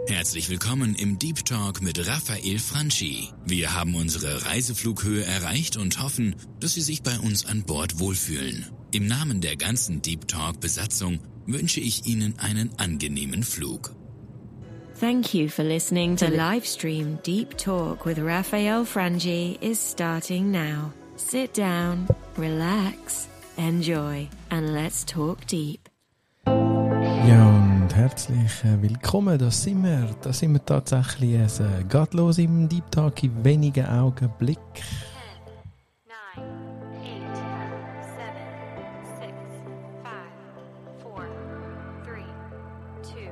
Herzlich willkommen im Deep Talk mit Raphael Franchi. Wir haben unsere Reiseflughöhe erreicht und hoffen, dass Sie sich bei uns an Bord wohlfühlen. Im Namen der ganzen Deep Talk Besatzung wünsche ich Ihnen einen angenehmen Flug. Thank you for listening to Livestream Deep Talk with Raphael Franchi is starting now. Sit down, relax, enjoy and let's talk deep. Ja, und herzlich willkommen. Da sind wir tatsächlich. Es geht los im Deep Talk in wenigen Augenblicken. 10, 9, 8, 7, 6, 5, 4, 3, 2,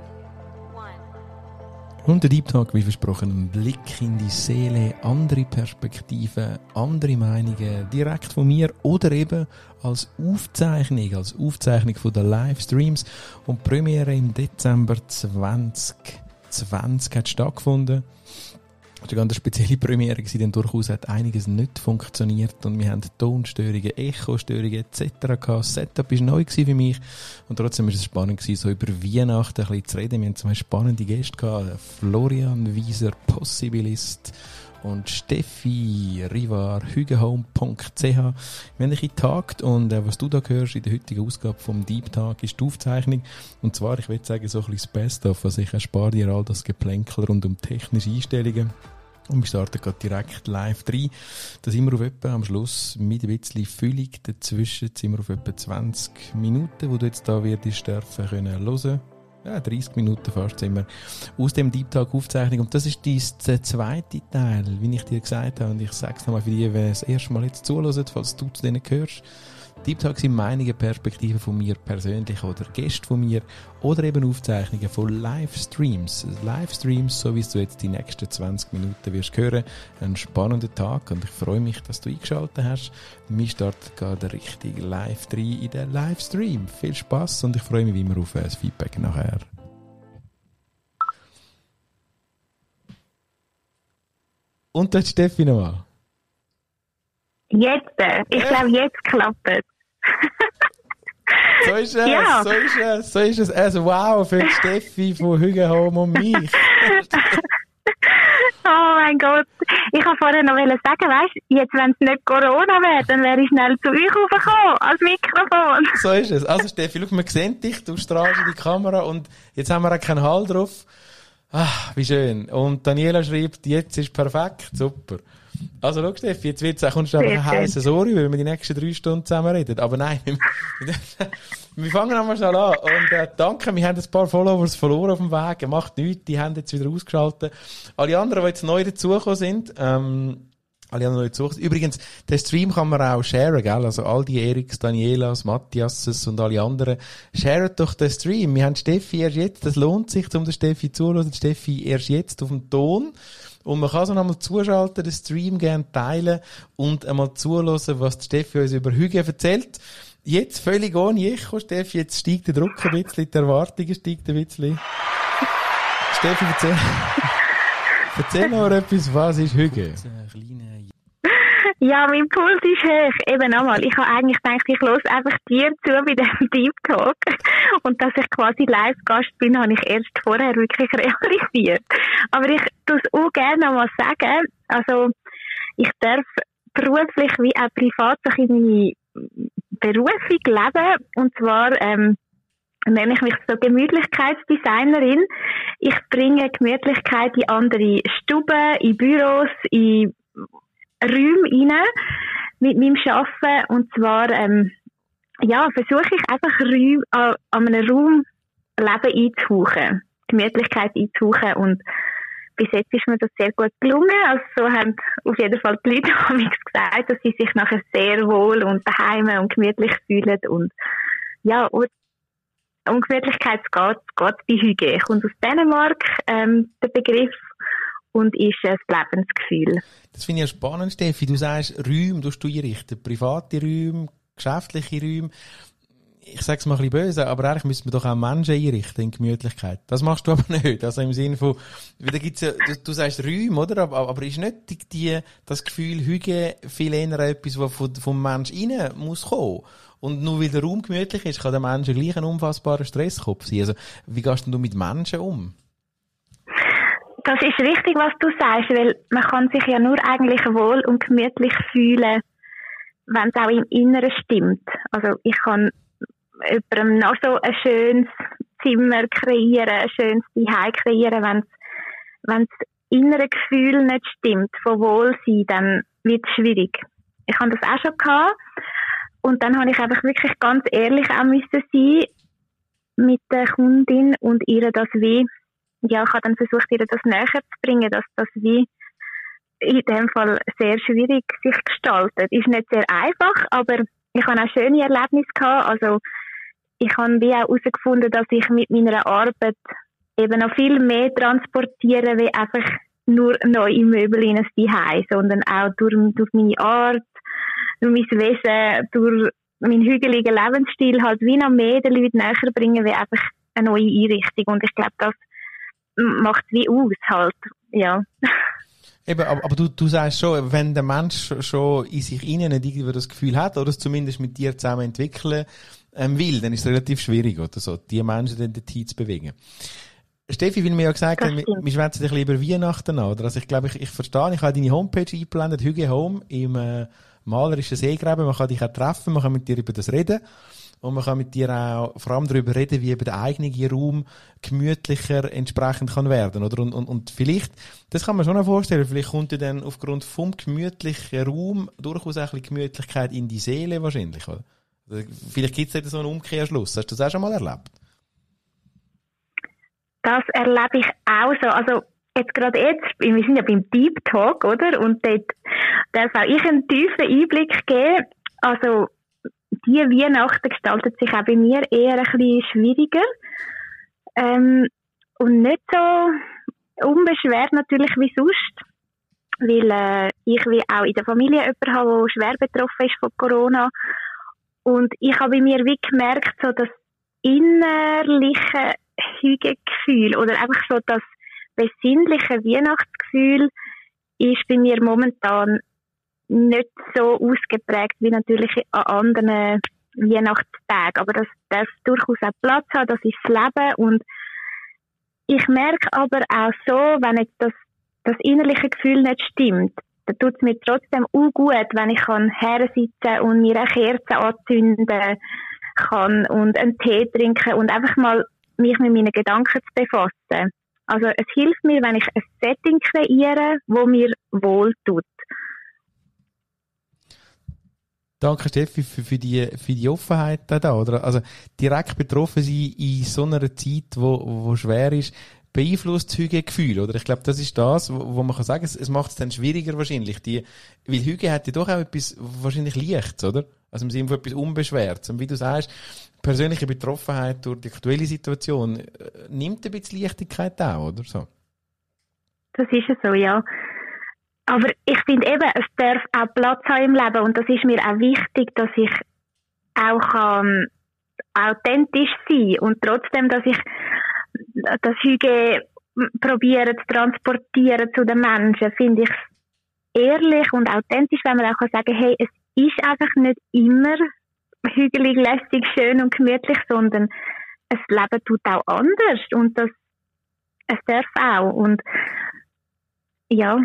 1. Und der Deep Talk, wie versprochen, ein Blick in die Seele, andere Perspektiven, andere Meinungen, direkt von mir oder eben als Aufzeichnung von den Livestreams. Und die Premiere im Dezember 2020 hat stattgefunden. Das war eine ganz spezielle Premiere, denn durchaus hat einiges nicht funktioniert und wir haben Tonstörungen, Echostörungen etc. gehabt. Das Setup war neu für mich und trotzdem war es spannend, so über Weihnachten ein bisschen zu reden. Wir haben zum Beispiel spannende Gäste gehabt, Florian Wieser, Possibilist und Steffi Rivar, hügehome.ch. Wir haben ein bisschen getagt und was du da hörst in der heutigen Ausgabe vom Deep Talk ist die Aufzeichnung. Und zwar, ich würde sagen, so ein bisschen das Best-of. Also ich erspare dir all das Geplänkel rund um technische Einstellungen. Und wir starten gerade direkt live rein. Da sind wir auf etwa am Schluss mit ein bisschen Füllung dazwischen. Sind wir auf etwa 20 Minuten, wo du jetzt da wirst dürfen können hören. Ja, 30 Minuten fast sind wir aus dem Deep Talk Aufzeichnung. Und das ist der zweite Teil, wie ich dir gesagt habe. Und ich sage es nochmal für die, die das erste Mal jetzt zuhören, falls du zu denen gehörst. Deep Talk sind Meinungen, Perspektiven von mir persönlich oder Gäste von mir oder eben Aufzeichnungen von Livestreams. Livestreams, so wie du jetzt die nächsten 20 Minuten wirst hören. Ein spannender Tag und ich freue mich, dass du eingeschaltet hast. Wir starten gerade richtig live rein in den Livestream. Viel Spass und ich freue mich wie immer auf das Feedback nachher. Und das Steffi nochmal. Jetzt, ich glaube, jetzt klappt es. So ist es, ja. so ist es. Also wow, für die Steffi von Hügehome und mich. Oh mein Gott. Ich wollte vorher noch sagen, weißt du, jetzt, wenn es nicht Corona wäre, dann wäre ich schnell zu euch raufgekommen, als Mikrofon. So ist es. Also Steffi, schau, wir sehen dich, du strahlst in die Kamera und jetzt haben wir auch keinen Hall drauf. Ah, wie schön. Und Daniela schreibt, jetzt ist perfekt, super. Also schau Steffi, jetzt kommst du einfach ein heißes Sorry, weil wir die nächsten 3 Stunden zusammen reden. Aber nein, wir fangen einmal schnell an. Und danke, wir haben ein paar Followers verloren auf dem Weg. Macht nichts, die haben jetzt wieder ausgeschaltet. Alle anderen, die jetzt neu dazugekommen sind, übrigens, den Stream kann man auch sharen, gell? Also all die Eriks, Danielas, Matthiasses und alle anderen, sharen doch den Stream. Wir haben Steffi erst jetzt, das lohnt sich, um der Steffi zuzuhören. Steffi erst jetzt auf dem Ton. Und man kann so nochmal zuschalten, den Stream gerne teilen und einmal zuhören, was die Steffi uns über Hüge erzählt. Jetzt völlig ohne Echo, Steffi, jetzt steigt der Druck ein bisschen, die Erwartungen steigt ein bisschen. Steffi, erzähl noch etwas, was ist Hüge? Ja, mein Puls ist hoch. Eben nochmal, ich habe eigentlich gedacht, ich höre einfach dir zu bei dem Deep Talk. Und dass ich quasi Live-Gast bin, habe ich erst vorher wirklich realisiert. Aber ich tue es auch gerne nochmal sagen. Also, ich darf beruflich wie auch privat so meine Berufung leben. Und zwar, nenne ich mich so Gemütlichkeitsdesignerin. Ich bringe Gemütlichkeit in andere Stuben, in Büros, in Räume rein mit meinem Arbeiten. Und zwar, versuche ich einfach Räume, an einem Raum Leben einzuhauchen, Gemütlichkeit einzuhauchen. Und bis jetzt ist mir das sehr gut gelungen. Also so haben auf jeden Fall die Leute gesagt, dass sie sich nachher sehr wohl und daheim und gemütlich fühlen. Und ja, um Gemütlichkeit geht bei Hüge. Kommt aus Dänemark, der Begriff. Und ist das Lebensgefühl. Das finde ich ja spannend, Steffi. Du sagst, Räume, du einrichten, private Räume, geschäftliche Räume. Ich sage es mal ein bisschen böse, aber eigentlich müssen wir doch auch Menschen einrichten in Gemütlichkeit. Das machst du aber nicht. Also im Sinne von, da gibt's ja, du sagst Räume, oder? Aber ist nicht das Gefühl, Hüge viel eher etwas, was vom Mensch rein muss kommen? Und nur weil der Raum gemütlich ist, kann der Mensch gleich ein unfassbarer Stresskopf sein. Also, wie gehst denn du mit Menschen um? Das ist richtig, was du sagst, weil man kann sich ja nur eigentlich wohl und gemütlich fühlen, wenn es auch im Inneren stimmt. Also ich kann jemandem noch so ein schönes Zimmer kreieren, ein schönes Zuhause kreieren, wenn das innere Gefühl nicht stimmt von Wohlsein, dann wird es schwierig. Ich habe das auch schon gehabt und dann habe ich einfach wirklich ganz ehrlich auch müssen sein mit der Kundin und ihr das wie, ja, ich habe dann versucht, ihr das näher zu bringen, dass das wie in dem Fall sehr schwierig sich gestaltet. Ist nicht sehr einfach, aber ich habe auch schöne Erlebnisse gehabt. Also ich habe wie auch herausgefunden, dass ich mit meiner Arbeit eben noch viel mehr transportiere, wie einfach nur neue Möbel in ein Zuhause, sondern auch durch meine Art, durch mein Wesen, durch meinen hügeligen Lebensstil halt wie noch mehr den Leuten näher bringen, wie einfach eine neue Einrichtung. Und ich glaube, das macht wie aus halt, ja. Eben, aber du sagst schon, wenn der Mensch schon in sich innen nicht irgendwie das Gefühl hat, oder es zumindest mit dir zusammen entwickeln will, dann ist es relativ schwierig, oder so, die Menschen dann dorthin zu bewegen. Steffi, weil mir ja gesagt haben, wir schwätzen ein bisschen über Weihnachten an, oder? Also ich glaube, ich verstehe, ich habe deine Homepage eingeblendet, Hüge Home, im malerischen Seegraben, man kann dich auch treffen, man kann mit dir über das reden. Und man kann mit dir auch vor allem darüber reden, wie eben der eigene Raum gemütlicher entsprechend kann werden, oder? Und vielleicht, das kann man schon auch vorstellen, vielleicht kommt ja dann aufgrund vom gemütlichen Raum durchaus auch ein bisschen Gemütlichkeit in die Seele wahrscheinlich, oder? Vielleicht gibt es ja so einen Umkehrschluss. Hast du das auch schon mal erlebt? Das erlebe ich auch so. Also, wir sind ja beim Deep Talk, oder? Und dort darf auch ich einen tiefen Einblick geben. Also, die Weihnachten gestaltet sich auch bei mir eher ein bisschen schwieriger. Und nicht so unbeschwert natürlich wie sonst. Weil ich wie auch in der Familie jemanden habe, der schwer betroffen ist von Corona. Und ich habe bei mir wie gemerkt, so das innerliche Hügegefühl oder einfach so das besinnliche Weihnachtsgefühl ist bei mir momentan nicht so ausgeprägt wie natürlich an anderen Weihnachtstagen. Aber das darf durchaus auch Platz haben, das ist das Leben. Und ich merke aber auch so, wenn jetzt das innerliche Gefühl nicht stimmt, dann tut es mir trotzdem auch gut, wenn ich hersitzen und mir eine Kerze anzünden kann und einen Tee trinken und einfach mal mich mit meinen Gedanken zu befassen. Also es hilft mir, wenn ich ein Setting kreiere, wo mir wohl tut. Danke, Steffi, für die Offenheit da, oder? Also, direkt betroffen sein in so einer Zeit, wo schwer ist, beeinflusst das Hügegefühl, oder? Ich glaube, das ist das, wo man kann sagen, es macht es dann schwieriger wahrscheinlich. Weil Hüge hat ja doch auch etwas wahrscheinlich Leichtes, oder? Also im Sinne von etwas Unbeschwertes. Und wie du sagst, persönliche Betroffenheit durch die aktuelle Situation nimmt ein bisschen Leichtigkeit auch, oder so? Das ist es so, ja. Aber ich finde eben, es darf auch Platz haben im Leben und das ist mir auch wichtig, dass ich auch authentisch sein und trotzdem, dass ich das Hüge probiere zu transportieren zu den Menschen, finde ich es ehrlich und authentisch, wenn man auch sagen kann, hey, es ist einfach nicht immer hügelig, lässig, schön und gemütlich, sondern das Leben tut auch anders und es darf auch und ja.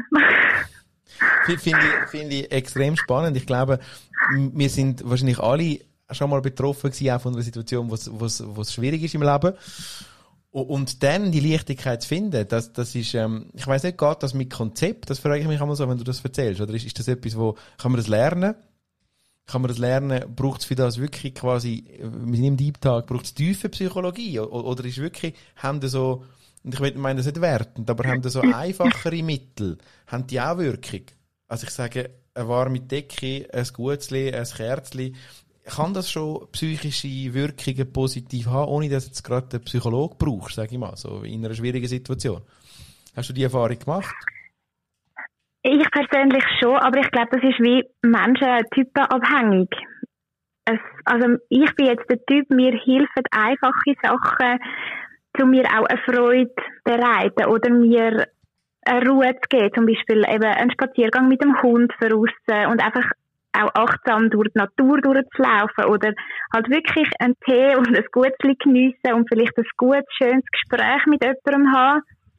Finde ich extrem spannend. Ich glaube, wir sind wahrscheinlich alle schon mal betroffen gewesen, auch von einer Situation, wo es schwierig ist im Leben. Und dann die Leichtigkeit zu finden, das ist, ich weiss nicht, geht das mit Konzept? Das frage ich mich einmal so, wenn du das erzählst. Oder ist das etwas, kann man das lernen? Kann man das lernen? Braucht es für das wirklich quasi, wir sind im Deep Talk, braucht es tiefe Psychologie? Oder ist wirklich, haben die so, und ich meine das nicht wertend, aber haben die so einfachere Mittel, haben die auch Wirkung? Also ich sage, eine warme Decke, ein Gutzli, ein Kerzli, kann das schon psychische Wirkungen positiv haben, ohne dass du jetzt gerade einen Psychologen brauchst, sage ich mal, so in einer schwierigen Situation? Hast du die Erfahrung gemacht? Ich persönlich schon, aber ich glaube, das ist wie menschentypenabhängig. Also ich bin jetzt der Typ, mir helfen einfache Sachen, zu mir auch eine Freude bereiten oder mir eine Ruhe zu geben, zum Beispiel eben einen Spaziergang mit dem Hund draussen und einfach auch achtsam durch die Natur durchzulaufen oder halt wirklich einen Tee und ein Gutzli geniessen und vielleicht ein gutes, schönes Gespräch mit jemandem haben.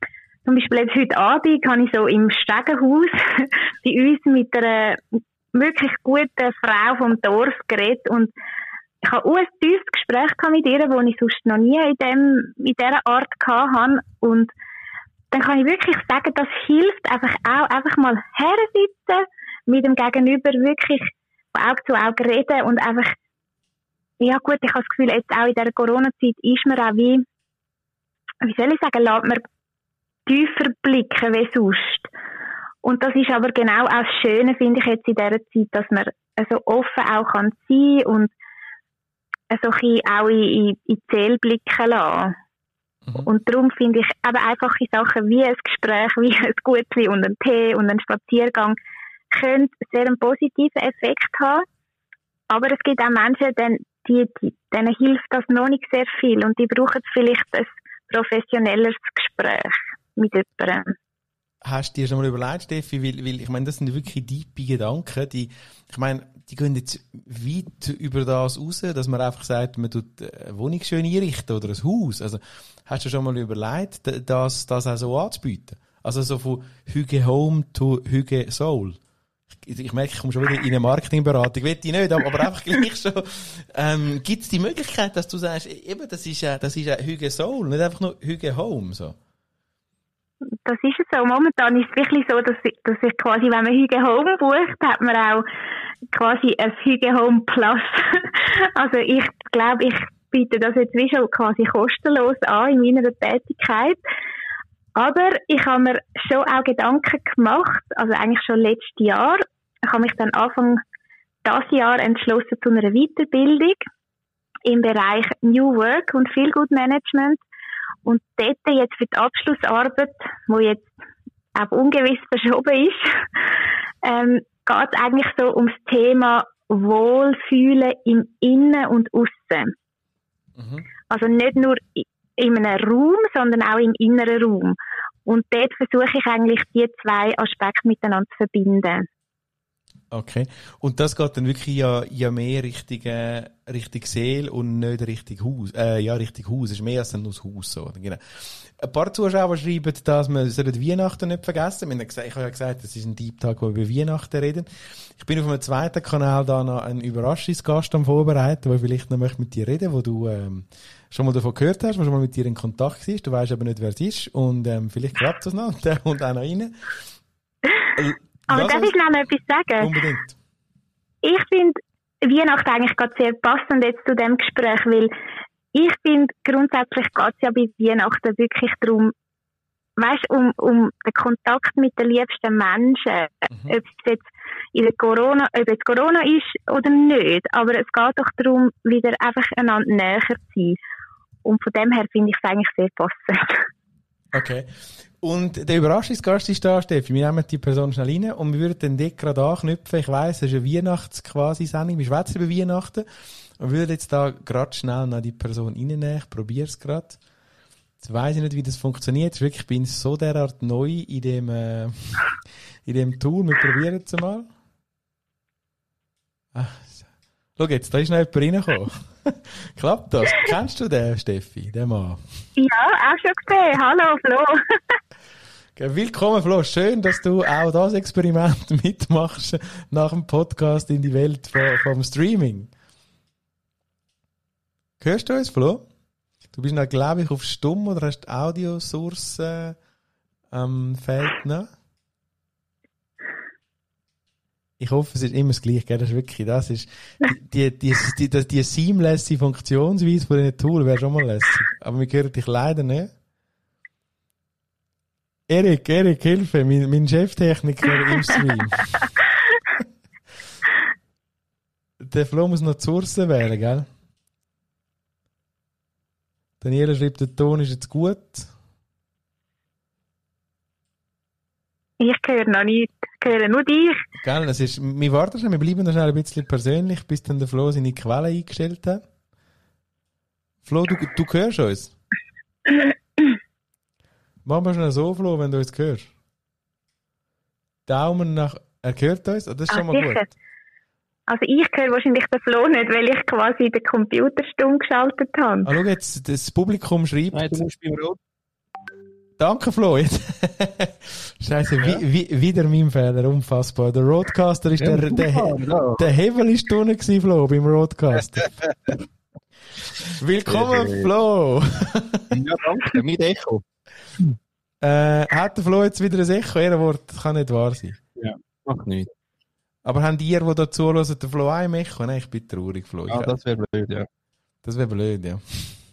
zum Beispiel jetzt heute Abend habe ich so im Stegenhaus bei uns mit einer wirklich guten Frau vom Dorf geredet und ich habe auch ein tiefes Gespräch mit ihr, das ich sonst noch nie in dieser Art hatte. Und dann kann ich wirklich sagen, das hilft einfach mal hersitzen, mit dem Gegenüber wirklich von Auge zu Auge reden und einfach, ja gut, ich habe das Gefühl, jetzt auch in dieser Corona-Zeit ist man auch wie soll ich sagen, lässt man tiefer blicken wie sonst. Und das ist aber genau auch das Schöne, finde ich jetzt in dieser Zeit, dass man so offen auch kann sein und so ein bisschen auch in die Seele blicken lassen. Und darum finde ich eben einfache Sachen wie ein Gespräch, wie ein Gutli und ein Tee und ein Spaziergang können sehr einen positiven Effekt haben. Aber es gibt auch Menschen, denen hilft das noch nicht sehr viel und die brauchen vielleicht ein professionelleres Gespräch mit jemandem. Hast du dir schon mal überlegt, Steffi, weil ich meine, das sind wirklich tiefe Gedanken, die gehen jetzt weit über das raus, dass man einfach sagt, man tut eine Wohnung schön einrichten oder ein Haus. Also, hast du schon mal überlegt, das auch so anzubieten? Also so von Hüge Home to Hüge Soul. Ich merke, ich komme schon wieder in eine Marketingberatung. Will ich nicht, aber einfach gleich schon. Gibt es die Möglichkeit, dass du sagst, eben, das ist ja Hüge Soul, nicht einfach nur Hüge Home, so? Das ist es so. Momentan ist es wirklich so, dass ich quasi, wenn man Hüge Home bucht, hat man auch quasi ein Hüge Home Plus. Also ich glaube, ich biete das jetzt wie schon quasi kostenlos an in meiner Tätigkeit. Aber ich habe mir schon auch Gedanken gemacht, also eigentlich schon letztes Jahr. Ich habe mich dann Anfang dieses Jahr entschlossen zu einer Weiterbildung im Bereich New Work und Feel Good Management. Und dort jetzt für die Abschlussarbeit, die jetzt auch ungewiss verschoben ist, geht es eigentlich so ums Thema Wohlfühlen im Innen und Aussen. Also nicht nur in einem Raum, sondern auch im inneren Raum. Und dort versuche ich eigentlich, die zwei Aspekte miteinander zu verbinden. Okay. Und das geht dann wirklich ja mehr Richtung Seele und nicht Richtung Haus. Richtung Haus. Es ist mehr als nur das Haus, so. Genau. Ein paar Zuschauer schreiben, dass man Weihnachten nicht vergessen soll. Ich habe ja gesagt, das ist ein Deep Talk, wo wir über Weihnachten reden. Ich bin auf einem zweiten Kanal da noch einen Überraschungsgast am Vorbereiten, der vielleicht noch mit dir reden möchte, wo du schon mal davon gehört hast, wo schon mal mit dir in Kontakt warst. Du weißt aber nicht, wer es ist. Und vielleicht klappt das noch. Der kommt auch noch rein. Aber darf ich noch etwas sagen? Unbedingt. Ich finde Weihnachten eigentlich gerade sehr passend jetzt zu dem Gespräch, weil ich finde, grundsätzlich geht es ja bei Weihnachten wirklich darum, weißt, um den Kontakt mit den liebsten Menschen, ob es jetzt ob jetzt Corona ist oder nicht, aber es geht doch darum, wieder einfach einander näher zu sein. Und von dem her finde ich es eigentlich sehr passend. Okay. Und der Überraschungsgast ist da, Steffi. Wir nehmen die Person schnell rein und wir würden dann dort gerade anknüpfen. Ich weiss, es ist eine Weihnachts-Quasi-Sendung. Wir schwätzen über Weihnachten. Und wir würden jetzt da gerade schnell noch die Person reinnehmen. Ich probiere es gerade. Jetzt weiss ich nicht, wie das funktioniert. Ich bin so derart neu in dem Tool. Wir probieren es mal. Schau jetzt, da ist noch jemand reingekommen. Klappt das? Kennst du den, Steffi, den Mann? Ja, auch schon gesehen. Hallo, Flo. Willkommen, Flo. Schön, dass du auch das Experiment mitmachst nach dem Podcast in die Welt vom Streaming. Hörst du uns, Flo? Du bist noch, glaube ich, auf Stumm oder hast Audiosource Feld noch? Ich hoffe, es ist immer das Gleiche, gell? Das ist die seamlesse Funktionsweise von diesen Tool wäre schon mal lässig. Aber wir hören dich leider nicht. Erik, Hilfe, mein Cheftechniker im Stream. Der Flo muss noch die Source wählen, gell? Daniela schreibt, der Ton ist jetzt gut. Ich höre noch nicht. Ich höre nur dich. Gell, wir warten schon, wir bleiben noch schnell ein bisschen persönlich, bis dann der Flo seine Quelle eingestellt hat. Flo, du hörst uns? Machen wir schnell so, Flo, wenn du uns hörst. Daumen nach, er hört uns, das ist schon mal sicher. Gut. Also ich höre wahrscheinlich den Flo nicht, weil ich quasi den Computer stumm geschaltet habe. Schau jetzt, das Publikum schreibt... Nein, du musst beim Rot. Danke, Flo. Scheiße, wieder mein Fehler, unfassbar. Der Roadcaster ist der Hebel ist drinnen gewesen, Flo, beim Roadcaster. Willkommen, Flo. Ja, danke, mit Echo. Hat der Flo jetzt wieder ein Echo? Ehrenwort, das kann nicht wahr sein. Ja, macht nichts. Aber haben die da zuhören, den Flo auch im Echo? Nein, ich bin traurig, Flo. Ah, das wäre blöd, ja. Das wäre blöd, ja.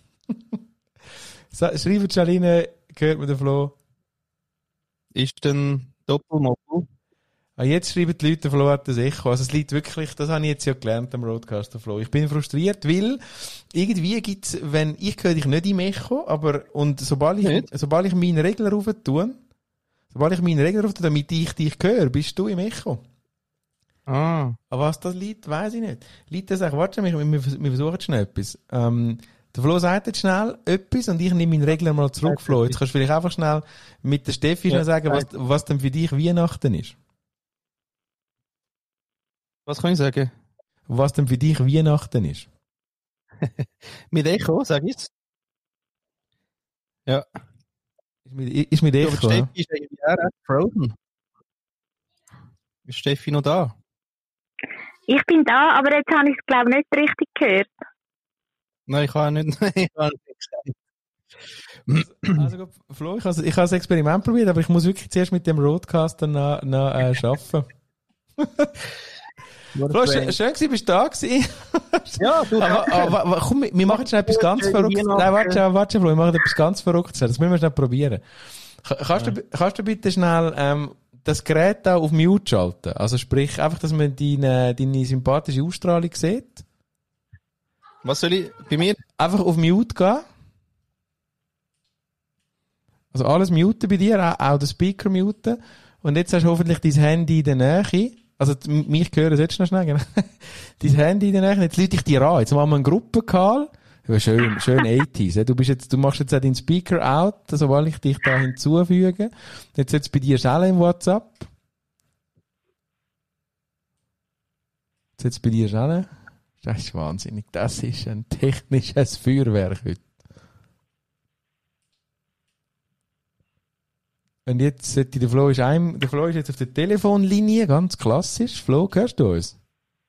Schreibt Charline, gehört mir der Flo? Ist denn Doppelmoppel? Ah, jetzt schreiben die Leute, der Flo hat das Echo. Also es liegt wirklich, das habe ich jetzt ja gelernt am Roadcaster Flo. Ich bin frustriert, weil irgendwie gibt's, wenn ich höre dich nicht im Echo, aber und sobald ich meinen Regler rauf tue, damit ich dich höre, bist du im Echo. Ah. Aber was das liegt, weiss ich nicht. Liegt das auch, warte, wir versuchen schnell etwas. Der Flo sagt jetzt schnell etwas und ich nehme meinen Regler mal zurück, Flo. Jetzt kannst du vielleicht einfach schnell mit der Steffi schnell sagen, was denn für dich Weihnachten ist. Was kann ich sagen? Was denn für dich Weihnachten ist. Mit Echo, sag ich's? Ja. Ist mit Echo, aber Steffi ist irgendwie auch recht frozen. Ist Steffi noch da? Ich bin da, aber jetzt habe ich es, glaube ich, nicht richtig gehört. Nein, ich habe nicht gesagt. Also gut, Flo, ich habe das Experiment probiert, aber ich muss wirklich zuerst mit dem Roadcaster noch arbeiten. Flo, schön gewesen, bist du da gewesen. Ja, du. aber komm, wir machen jetzt etwas ganz Verrücktes. Nein, warte, Flo, wir machen etwas ganz Verrücktes. Das müssen wir schnell probieren. Kannst du bitte schnell das Gerät auch auf Mute schalten? Also sprich, einfach, dass man deine sympathische Ausstrahlung sieht. Was soll ich bei mir? Einfach auf Mute gehen. Also alles muten bei dir, auch den Speaker muten. Und jetzt hast du hoffentlich dein Handy in der Nähe. Also mich hören solltest du noch schnell, genau. Dein Handy in der Nähe. Jetzt lüte ich dir an. Jetzt machen wir einen Gruppencall. Ja, schön 80s. Du machst jetzt auch deinen Speaker out, sobald ich dich da hinzufüge. Jetzt bei dir schnell im WhatsApp. Jetzt bei dir schnell. Das ist wahnsinnig. Das ist ein technisches Feuerwerk heute. Und jetzt sollte der Flo ist jetzt auf der Telefonlinie, ganz klassisch. Flo, hörst du uns?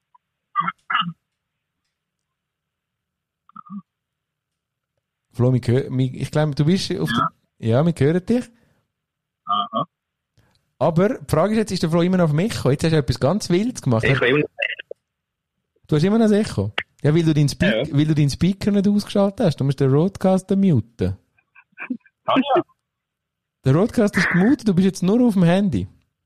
Flo, ich glaube, du bist auf der... Ja, wir hören dich. Aha. Aber die Frage ist jetzt, ist der Flo immer noch auf mich gekommen? Jetzt hast du etwas ganz Wildes gemacht. Du hast immer noch das Echo? Ja, weil du deinen Speaker nicht ausgeschaltet hast. Du musst den Roadcaster muten. Ja. Der Roadcaster ist gemutet, du bist jetzt nur auf dem Handy.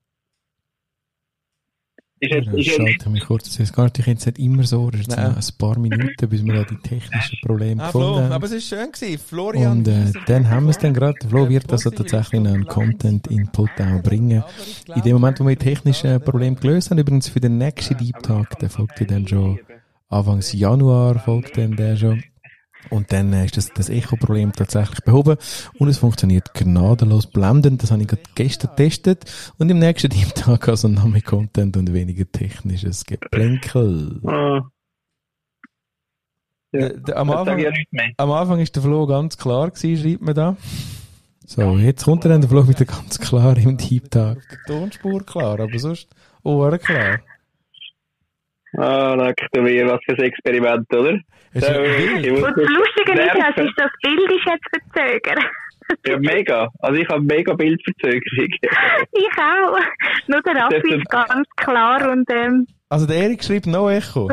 Schalte mich kurz. Das geht jetzt nicht immer so. Das ist jetzt noch ein paar Minuten, bis wir die technischen Probleme gefunden haben. Aber es war schön gewesen. Florian. Und dann haben wir es dann gerade. Flo wird also tatsächlich noch einen Content-Input auch bringen. In dem Moment, wo wir die technischen Probleme gelöst haben, übrigens für den nächsten Deep Talk, der folgt ja dann schon Anfangs Januar, folgt dann der schon. Und dann ist das Echo-Problem tatsächlich behoben und es funktioniert gnadenlos blendend. Das habe ich gerade gestern getestet und im nächsten Teamtag also noch mehr Content und weniger technisches Geplänkel. Am Anfang ist der Flo ganz klar gewesen, schreibt man da. So, jetzt kommt dann der Flo wieder ganz klar im Teamtag. Die Tonspur klar, aber sonst Ohren klar. Ah, leck du mir, was für ein Experiment, oder? Und das Lustige ist, das Bild ist jetzt verzögert. Ja, mega. Also ich habe mega Bildverzögerung. Ich auch. Nur der Raffi ist ganz klar und Also der Erik schreibt No Echo.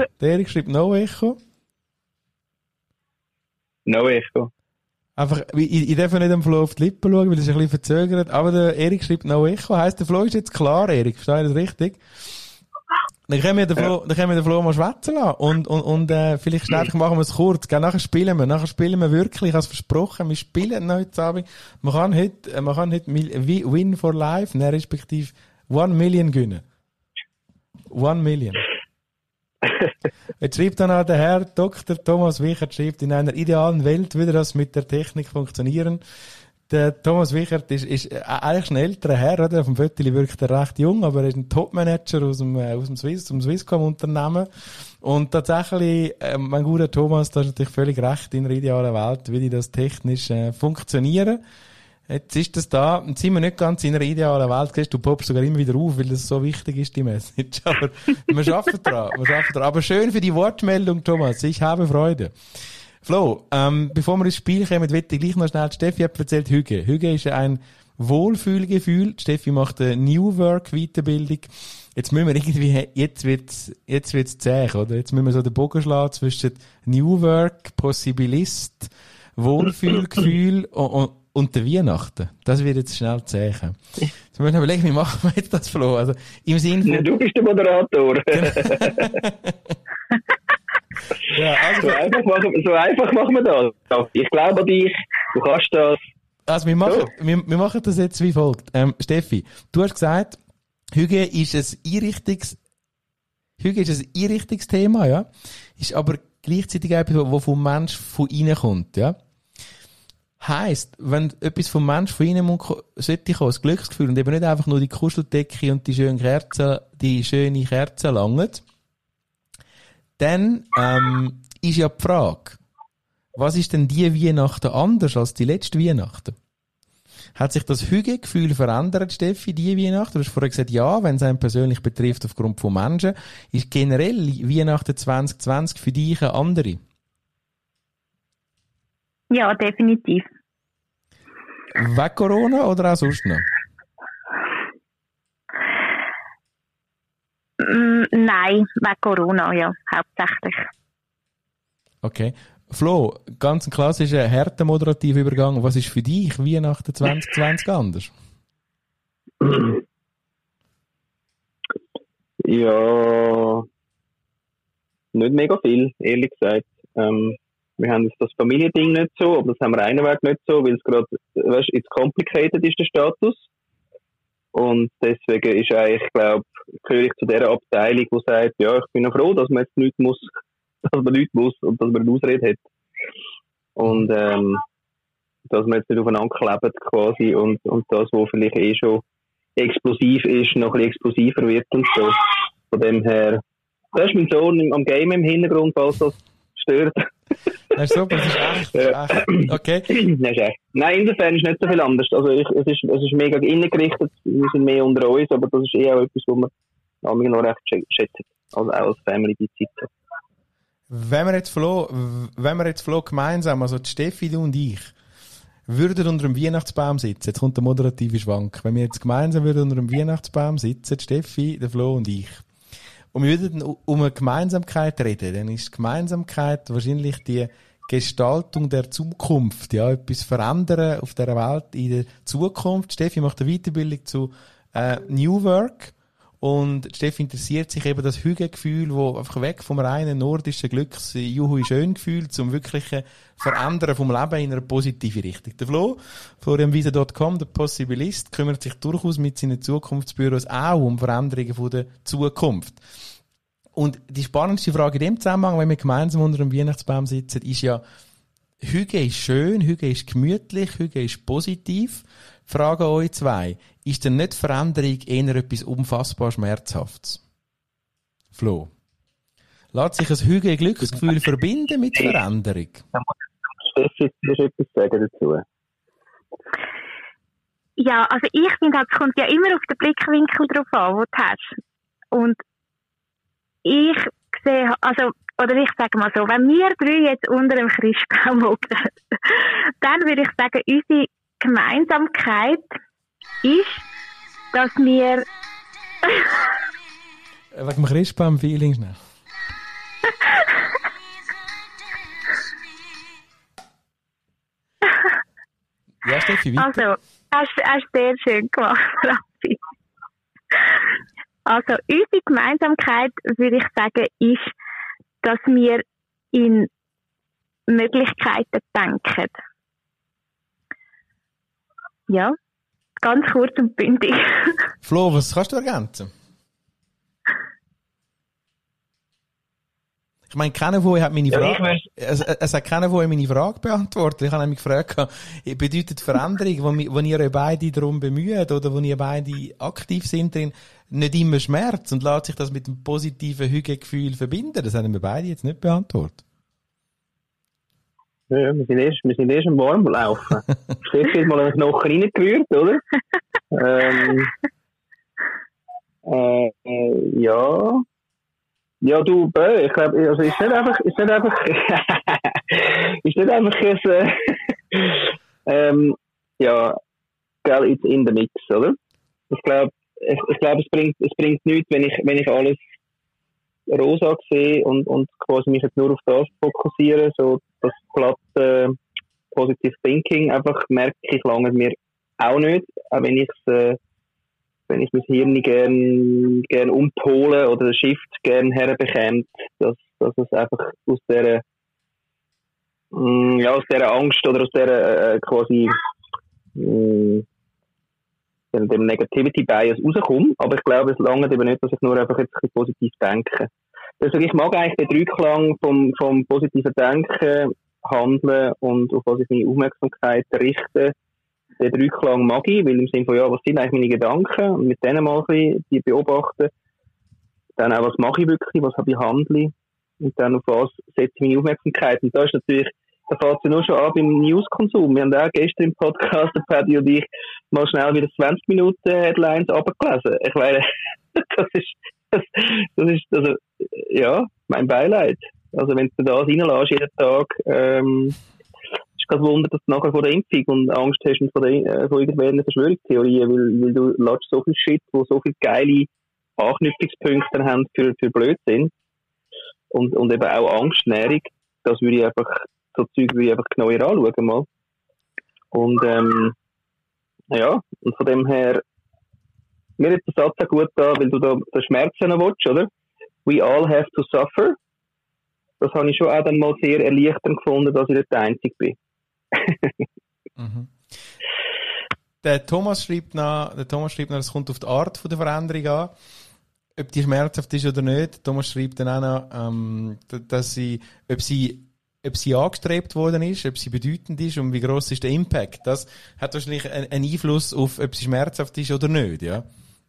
No Echo. Einfach, ich darf nicht am Flo auf die Lippen schauen, weil es ein bisschen verzögert. Aber der Erik schreibt No Echo. Heisst, der Flo ist jetzt klar, Erik. Verstehe ich das richtig? Dann können wir den Flo mal schwätzen lassen. Und vielleicht schnell machen wir es kurz. Nachher spielen wir wirklich. Ich habe es versprochen. Wir spielen heute Abend. Man kann heute Win for Life, respektive 1 Million gewinnen. 1 Million. Jetzt schreibt dann auch der Herr Dr. Thomas Wichert, schreibt, in einer idealen Welt würde das mit der Technik funktionieren. Der Thomas Wichert ist eigentlich ein älterer Herr, oder? Auf dem Foto wirkt er recht jung, aber er ist ein Topmanager aus dem Swisscom-Unternehmen. Und tatsächlich, mein guter Thomas, da ist natürlich völlig recht in der idealen Welt, wie das technisch funktionieren. Jetzt ist das da, jetzt sind wir nicht ganz in einer idealen Welt, siehst du, poppst sogar immer wieder auf, weil das so wichtig ist, die Message. Aber wir arbeiten dran, Aber schön für die Wortmeldung, Thomas. Ich habe Freude. Flo, bevor wir ins Spiel kommen, möchte ich gleich noch schnell, Steffi hat erzählt, Hüge. Hüge ist ein Wohlfühlgefühl. Steffi macht eine New Work Weiterbildung. Jetzt müssen wir irgendwie, jetzt wird's zäh, oder? Jetzt müssen wir so den Bogen schlagen zwischen New Work, Possibilist, Wohlfühlgefühl und der Weihnachten. Das wird jetzt schnell zäh. Jetzt müssen wir überlegen, wie machen wir jetzt das, Flo? Also, im Sinne von... Ja, du bist der Moderator. Ja, also, so einfach machen wir das. Ich glaube an dich. Du kannst das. Also, wir machen das jetzt wie folgt. Steffi, du hast gesagt, Hüge ist ein Einrichtungsthema, ja. Ist aber gleichzeitig etwas, was vom Mensch von innen kommt, ja. Heisst, wenn etwas vom Mensch von innen sollte kommen, das Glücksgefühl und eben nicht einfach nur die Kuscheldecke und die schöne Kerze langen, dann, ist ja die Frage, was ist denn die Weihnachten anders als die letzte Weihnachten? Hat sich das Hügegefühl verändert, Steffi, die Weihnachten? Du hast vorher gesagt, ja, wenn es einen persönlich betrifft aufgrund von Menschen. Ist generell Weihnachten 2020 für dich eine andere? Ja, definitiv. Wegen Corona oder auch sonst noch? Nein, wegen Corona, ja, hauptsächlich. Okay. Flo, ganz ein klassischer, harter moderativer Übergang. Was ist für dich Weihnachten 2020 anders? Ja, nicht mega viel, ehrlich gesagt. Wir haben jetzt das Familiending nicht so, aber das haben wir einweg nicht so, weil es gerade, weißt, it's complicated ist der Status. Und deswegen ist eigentlich, gehöre ich zu der Abteilung, die sagt, ja, ich bin noch froh, dass man jetzt nichts muss und dass man eine Ausrede hat. Und, dass man jetzt nicht aufeinander klebt quasi und das, was vielleicht schon explosiv ist, noch ein bisschen explosiver wird und so. Von dem her, da ist mein Sohn am Game im Hintergrund, falls das stört. Das ist super, das ist echt. Okay. Nein, insofern ist nicht so viel anders. Also es ist mega innengerichtet, wir sind mehr unter uns, aber das ist eher auch etwas, was man noch recht schätzt. Also auch als Family die Zeit. Wenn wir jetzt Flo gemeinsam, also die Steffi, du und ich, würden unter einem Weihnachtsbaum sitzen, jetzt kommt der moderative Schwank, wenn wir jetzt gemeinsam würden unter einem Weihnachtsbaum sitzen, die Steffi, der Flo und ich, und wir würden um eine Gemeinsamkeit reden, dann ist die Gemeinsamkeit wahrscheinlich die Gestaltung der Zukunft, ja, etwas verändern auf der Welt in der Zukunft. Steffi macht eine Weiterbildung zu New Work und Steffi interessiert sich eben das Hügelgefühl, wo einfach weg vom reinen nordischen Glücks-Juhu-Schön-Gefühl zum wirklichen Verändern vom Leben in eine positive Richtung. Der Flo, florianwiese.com, der Possibilist, kümmert sich durchaus mit seinen Zukunftsbüros auch um Veränderungen von der Zukunft. Und die spannendste Frage in dem Zusammenhang, wenn wir gemeinsam unter einem Weihnachtsbaum sitzen, ist ja, Hüge ist schön, Hüge ist gemütlich, Hüge ist positiv. Frage an euch zwei. Ist denn nicht Veränderung eher etwas unfassbar Schmerzhaftes? Flo. Lässt sich ein Hüge Glücksgefühl verbinden mit Veränderung? Steffi, willst du etwas sagen dazu? Ja, also ich finde, es kommt ja immer auf den Blickwinkel drauf an, wo du hast. Und ich sehe, ich sage mal so, wenn wir drei jetzt unter dem Christbaum hocken, dann würde ich sagen, unsere Gemeinsamkeit ist, dass wir wegen dem Christbaum-Feeling schnell. Ja, Steffi, weiter. Also, hast sehr schön gemacht, Raffi. Also, unsere Gemeinsamkeit, würde ich sagen, ist, dass wir in Möglichkeiten denken. Ja, ganz kurz und bündig. Flo, was kannst du ergänzen? Ich meine, keiner von euch hat meine Frage, es hat keiner von euch meine Frage beantwortet. Ich habe nämlich gefragt, bedeutet Veränderung, wo ihr euch beide darum bemüht oder wo ihr beide aktiv sind drin, nicht immer Schmerz und lässt sich das mit einem positiven Hügelgefühl verbinden? Das haben wir beide jetzt nicht beantwortet. Ja, wir sind erst am Warmlaufen. Steffi hat mal einen Knochen reingerührt, oder? Ja. Ja, du, ich glaube, also ist nicht einfach, ist nicht einfach ja, gell, it's in the mix, oder? Ich glaube, es bringt nichts, wenn ich alles rosa sehe und quasi mich jetzt nur auf das fokussiere, so das platte Positive Thinking, einfach merke ich lange mir auch nicht, auch wenn ich mein Hirn gern umpole oder den Shift gern herbekäme, dass es einfach aus dieser Angst oder aus dieser quasi dem Negativity Bias rauskomme, aber ich glaube, es langt eben nicht, dass ich nur einfach jetzt ein bisschen positiv denke. Also ich mag eigentlich den Dreiklang vom positiven Denken, Handeln und auf was ich meine Aufmerksamkeit richte. Den Dreiklang mag ich, weil im Sinne von, ja, was sind eigentlich meine Gedanken und mit denen mal ein bisschen die beobachten. Dann auch, was mache ich wirklich, was habe ich handle und dann auf was setze ich meine Aufmerksamkeit. Und da ist natürlich, da fängt es ja nur schon an beim Newskonsum. Wir haben auch gestern im Podcast, der Paddy und ich, mal schnell wieder 20 Minuten Headlines abgelesen. Ich meine, das ist also, ja, mein Beileid. Also wenn du das reinlässt jeden Tag, ist kein Wunder, dass du nachher vor der Impfung und Angst hast vor irgendwelchen Verschwörungstheorien, weil du lässt so viel Shit, wo so viele geile Anknüpfungspunkte haben für Blödsinn und eben auch Angstnährung. Das würde ich einfach, so Zeug würde ich einfach genauer anschauen mal. Und ja, und von dem her, mir hat der Satz auch gut da, weil du da den Schmerz willst, oder? We all have to suffer. Das habe ich schon auch dann mal sehr erleichternd gefunden, dass ich nicht der Einzige bin. Mhm. Der Thomas schreibt noch, es kommt auf die Art von der Veränderung an, ob die schmerzhaft ist oder nicht. Thomas schreibt dann auch noch, ob sie angestrebt worden ist, ob sie bedeutend ist und wie gross ist der Impact. Das hat wahrscheinlich einen Einfluss auf, ob sie schmerzhaft ist oder nicht, ja.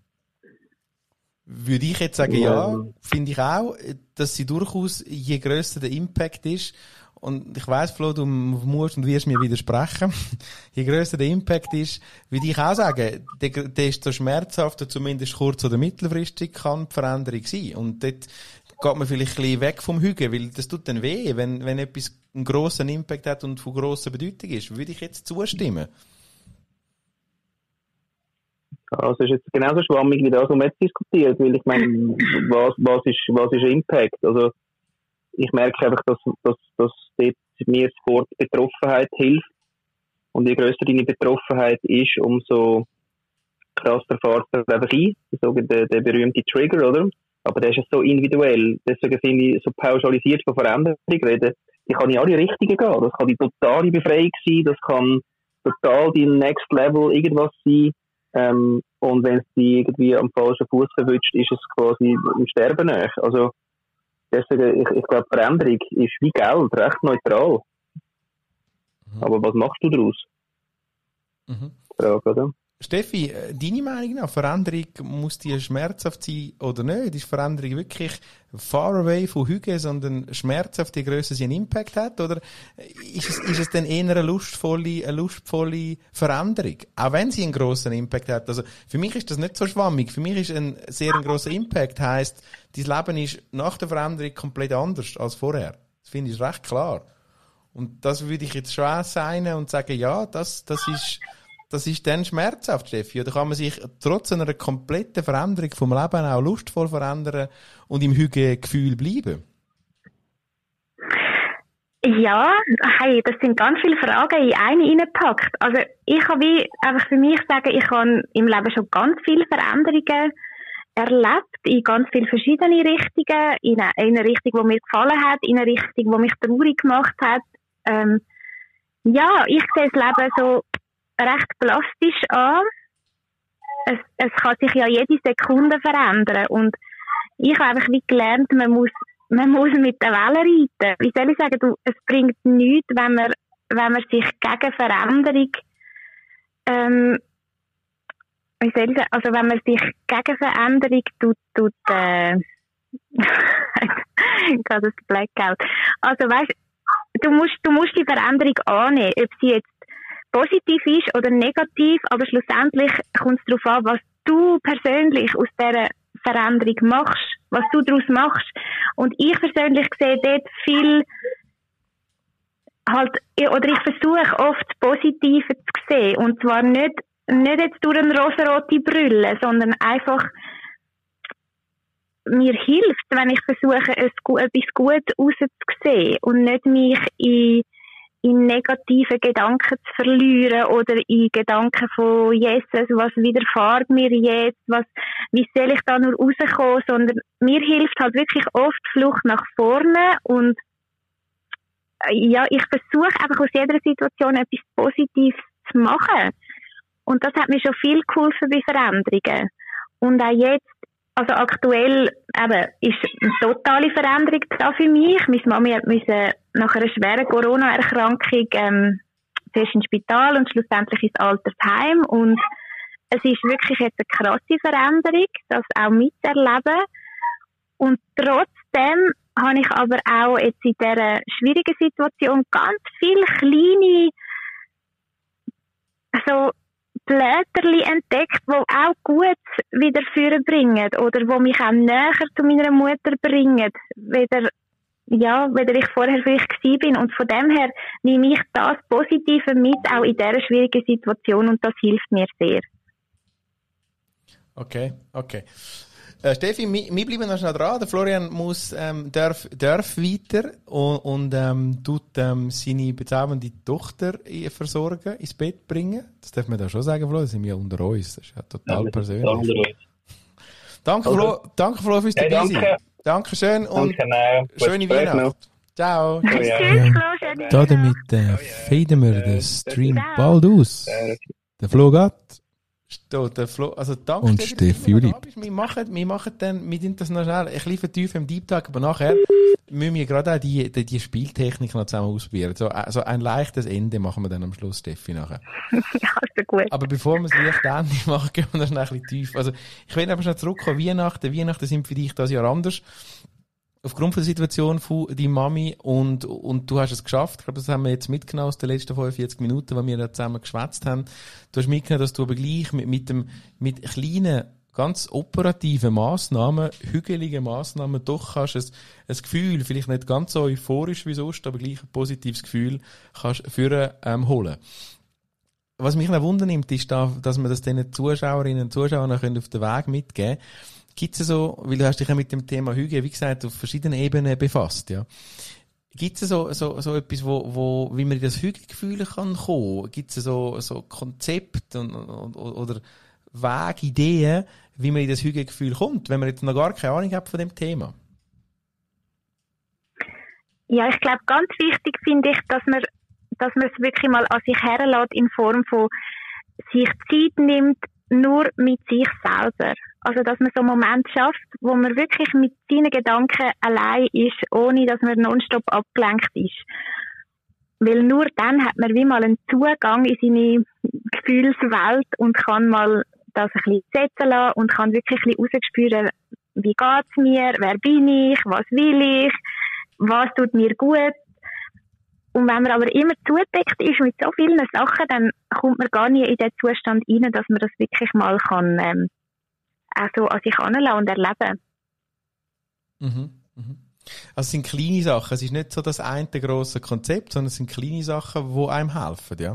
Würde ich jetzt sagen, ja, finde ich auch, dass sie durchaus, je grösser der Impact ist, und ich weiss, Flo, du musst und wirst mir widersprechen, je grösser der Impact ist, würde ich auch sagen, desto schmerzhafter, zumindest kurz- oder mittelfristig, kann die Veränderung sein. Und dort geht man vielleicht ein bisschen weg vom Hügel, weil das tut dann weh, wenn etwas einen grossen Impact hat und von grosser Bedeutung ist. Würde ich jetzt zustimmen? Also ist jetzt genauso schwammig wie das, was wir jetzt diskutiert, weil ich meine, was ist Impact? Also ich merke einfach, dass dort mir das Wort Betroffenheit hilft. Und je grösser deine Betroffenheit ist, umso krasser erfahrt es einfach ein. Der berühmte Trigger, oder? Aber der ist ja so individuell. Deswegen finde ich, so pauschalisiert von Veränderung reden, die kann in alle Richtungen gehen. Das kann die totale Befreiung sein, das kann total die Next Level irgendwas sein. Und wenn es die irgendwie am falschen Fuß verwünscht, ist es quasi im Sterben nahe. Also, deswegen, ich glaube, Veränderung ist wie Geld, recht neutral. Mhm. Aber was machst du daraus? Mhm. Frage, oder? Steffi, deine Meinung nach, Veränderung, muss die schmerzhaft sein oder nicht? Ist Veränderung wirklich far away von Hügel, sondern schmerzhaft, je grösser sie einen Impact hat? Oder ist es dann eher eine lustvolle Veränderung? Auch wenn sie einen grossen Impact hat. Also, für mich ist das nicht so schwammig. Für mich ist ein sehr grosser Impact, heisst, dein Leben ist nach der Veränderung komplett anders als vorher. Das finde ich recht klar. Und das würde ich jetzt schon sein und sagen, ja, das ist dann schmerzhaft, Steffi. Oder kann man sich trotz einer kompletten Veränderung vom Leben auch lustvoll verändern und im Hügelgefühl bleiben? Ja, hey, das sind ganz viele Fragen in eine reingepackt. Also ich kann wie einfach für mich sagen, ich habe im Leben schon ganz viele Veränderungen erlebt, in ganz viele verschiedene Richtungen, in eine Richtung, die mir gefallen hat, in eine Richtung, die mich traurig gemacht hat. Ja, ich sehe das Leben so recht plastisch an. Es kann sich ja jede Sekunde verändern und ich habe einfach wie gelernt, man muss mit der Welle reiten. Wie soll ich sagen, es bringt nichts, wenn man sich gegen Veränderung wie soll ich sagen, also wenn man sich gegen Veränderung tut gerade das Blackout. Also weißt, du musst die Veränderung annehmen, ob sie jetzt positiv ist oder negativ, aber schlussendlich kommt es darauf an, was du persönlich aus dieser Veränderung machst, was du daraus machst. Und ich persönlich sehe dort viel ich versuche oft das Positive zu sehen. Und zwar nicht jetzt durch eine rosarote Brille, sondern einfach, mir hilft, wenn ich versuche, etwas Gutes rauszusehen und nicht mich in negative Gedanken zu verlieren oder in Gedanken von Jesus, was widerfährt mir jetzt, wie soll ich da nur rauskommen, sondern mir hilft halt wirklich oft Flucht nach vorne und ja, ich versuche einfach aus jeder Situation etwas Positives zu machen. Und das hat mir schon viel geholfen bei Veränderungen. Und auch jetzt, also aktuell eben, ist eine totale Veränderung da für mich. Meine Mami musste nach einer schweren Corona-Erkrankung zuerst ins Spital und schlussendlich ins Altersheim. Und es ist wirklich jetzt eine krasse Veränderung, das auch mitzuerleben. Und trotzdem habe ich aber auch jetzt in dieser schwierigen Situation ganz viele kleine so Blätterli entdeckt, die auch gut wieder vorbringen oder die mich auch näher zu meiner Mutter bringen, weder ich vorher vielleicht gewesen bin. Und von dem her nehme ich das Positive mit, auch in dieser schwierigen Situation, und das hilft mir sehr. Okay. Steffi, wir bleiben noch schnell dran. Der Florian darf weiter und tut seine bezaubernde Tochter versorgen, ins Bett bringen. Das darf man da schon sagen, Flo. Das sind wir unter uns. Das ist ja total persönlich. Danke, Flo, fürs dabei sein. Dankeschön und schöne Weihnachten. Ciao. Damit faden wir den Stream bald aus. Der Flo geht. Danke, und Steffi bleibt. Wir machen dann, wir sind das noch schnell ein bisschen vertiefen im Deep Talk, aber nachher müssen wir gerade auch die Spieltechnik noch zusammen ausprobieren. So ein leichtes Ende machen wir dann am Schluss, Steffi, nachher. Ja, ist gut. Aber bevor wir das leicht Ende machen, gehen wir noch schnell ein bisschen tief. Also, ich will aber schnell zurückkommen. Weihnachten sind für dich das Jahr anders. Aufgrund der Situation von deiner Mami und du hast es geschafft. Ich glaube, das haben wir jetzt mitgenommen aus den letzten 45 Minuten, weil wir da zusammen geschwätzt haben. Du hast mitgenommen, dass du aber gleich mit kleinen, ganz operativen Massnahmen, hügeligen Massnahmen, doch kannst ein Gefühl, vielleicht nicht ganz so euphorisch wie sonst, aber gleich ein positives Gefühl kannst holen. Was mich noch wundern nimmt, ist, dass man das den Zuschauerinnen und Zuschauern auf den Weg mitgeben können. Gibt es so, weil du hast dich ja mit dem Thema Hygiene, wie gesagt, auf verschiedenen Ebenen befasst, ja. Gibt es so etwas, wie man in das Hygienegefühl kommen kann? Gibt es so Konzepte oder Wege, Ideen, wie man in das Hygienegefühl kommt, wenn man jetzt noch gar keine Ahnung hat von dem Thema? Ja, ich glaube, ganz wichtig finde ich, dass man es wirklich mal an sich herlässt in Form von sich Zeit nimmt, nur mit sich selber. Also, dass man so einen Moment schafft, wo man wirklich mit seinen Gedanken allein ist, ohne dass man nonstop abgelenkt ist. Weil nur dann hat man wie mal einen Zugang in seine Gefühlswelt und kann mal das ein bisschen setzen lassen und kann wirklich ein bisschen rausspüren, wie geht's mir, wer bin ich, was will ich, was tut mir gut. Und wenn man aber immer zugedeckt ist mit so vielen Sachen, dann kommt man gar nicht in den Zustand rein, dass man das wirklich mal kann, also an sich heranlassen und erleben. Also es sind kleine Sachen, es ist nicht so das eine grosse Konzept, sondern es sind kleine Sachen, die einem helfen, ja?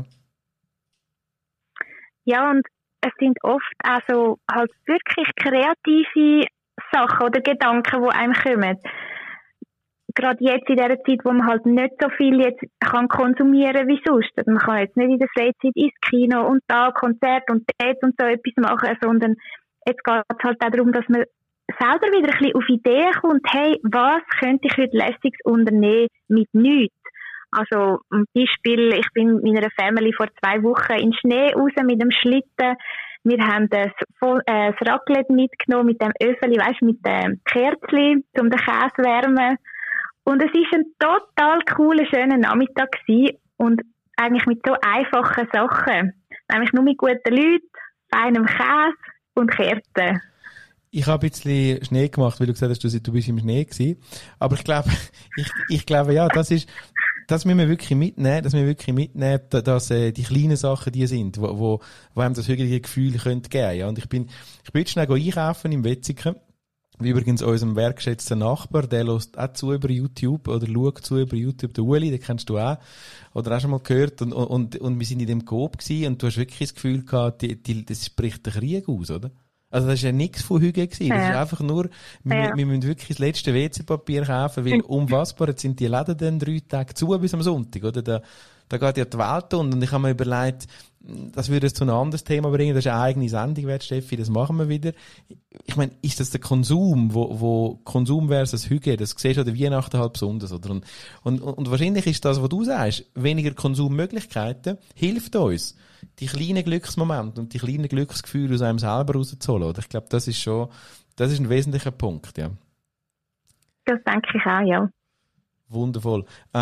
Ja, und es sind oft auch so halt wirklich kreative Sachen oder Gedanken, die einem kommen. Gerade jetzt in dieser Zeit, wo man halt nicht so viel jetzt kann konsumieren wie sonst. Also man kann jetzt nicht in der Freizeit ins Kino und da Konzert und dort und so etwas machen, sondern jetzt geht es halt auch darum, dass man selber wieder ein bisschen auf Ideen kommt, hey, was könnte ich heute Lässiges unternehmen mit nichts? Also, ein Beispiel, ich bin mit meiner Family vor 2 Wochen in den Schnee raus mit dem Schlitten. Wir haben das Raclette mitgenommen mit dem Öffeli, weisst, mit dem Kerzli, um den Käse zu wärmen. Und es war ein total cooler, schöner Nachmittag gewesen. Und eigentlich mit so einfachen Sachen. Nämlich nur mit guten Leuten, feinem Käse und Kerzen. Ich habe ein bisschen Schnee gemacht, weil du gesagt hast, du bist im Schnee gewesen. Aber ich glaube, ja, das ist das müssen wir wirklich mitnehmen, dass die kleinen Sachen die sind, wo einem das hügelige Gefühl geben können. Ja. Und ich bin jetzt schnell einkaufen im Wetzikon. Wie übrigens unserem wertgeschätzten Nachbar, der hört auch zu über YouTube, oder schaut zu über YouTube, der Uli, den kennst du auch, oder auch schon mal gehört, und wir sind in dem Coop gewesen, und du hast wirklich das Gefühl gehabt, das spricht den Krieg aus, oder? Also das ist ja nichts von Hüge gewesen, das ist einfach nur, wir müssen wirklich das letzte WC-Papier kaufen, weil unfassbar, jetzt sind die Läden dann 3 Tage zu bis am Sonntag, oder? Da geht ja die Welt unter, und ich habe mir überlegt, das würde es zu einem anderes Thema bringen, das ist eine eigene Sendung wert, Steffi, das machen wir wieder. Ich meine, ist das der Konsum, wo Konsum versus Hüge, das siehst du an der Weihnachten halt besonders, oder? Und wahrscheinlich ist das, was du sagst, weniger Konsummöglichkeiten, hilft uns, die kleinen Glücksmomente und die kleinen Glücksgefühle aus einem selber rauszuholen, oder? Ich glaube, das ist ein wesentlicher Punkt, ja. Das denke ich auch, ja. Wundervoll.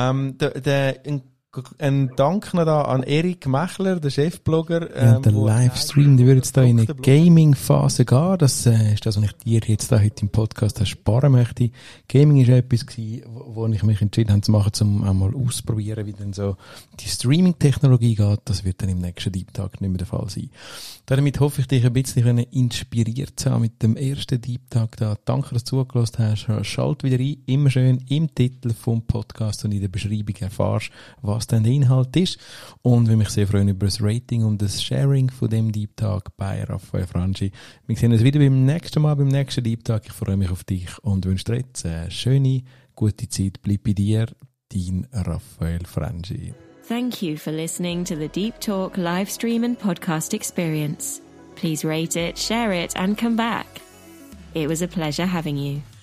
Ein Dank noch da an Erik Mechler, der Chefblogger. Ja, der Livestream, der wird jetzt da in eine Gaming-Phase gehen. Das ist das, was ich dir jetzt da heute im Podcast ersparen möchte. Gaming ist etwas gewesen, wo ich mich entschieden habe zu machen, um einmal auszuprobieren, wie dann so die Streaming-Technologie geht. Das wird dann im nächsten Deep Talk nicht mehr der Fall sein. Damit hoffe ich, dich ein bisschen inspiriert zu haben mit dem ersten Deep Talk da. Danke, dass du zugelassen hast. Schalt wieder ein. Immer schön im Titel vom Podcast und in der Beschreibung erfahrst, was dann der Inhalt ist. Und würde mich sehr freuen über das Rating und das Sharing von dem Deep Talk bei Raphael Franchi. Wir sehen uns wieder beim nächsten Mal, beim nächsten Deep Talk. Ich freue mich auf dich und wünsche dir jetzt eine schöne, gute Zeit. Bleib bei dir, dein Raphael Franchi. Thank you for listening to the Deep Talk live stream and podcast experience. Please rate it, share it, and come back. It was a pleasure having you.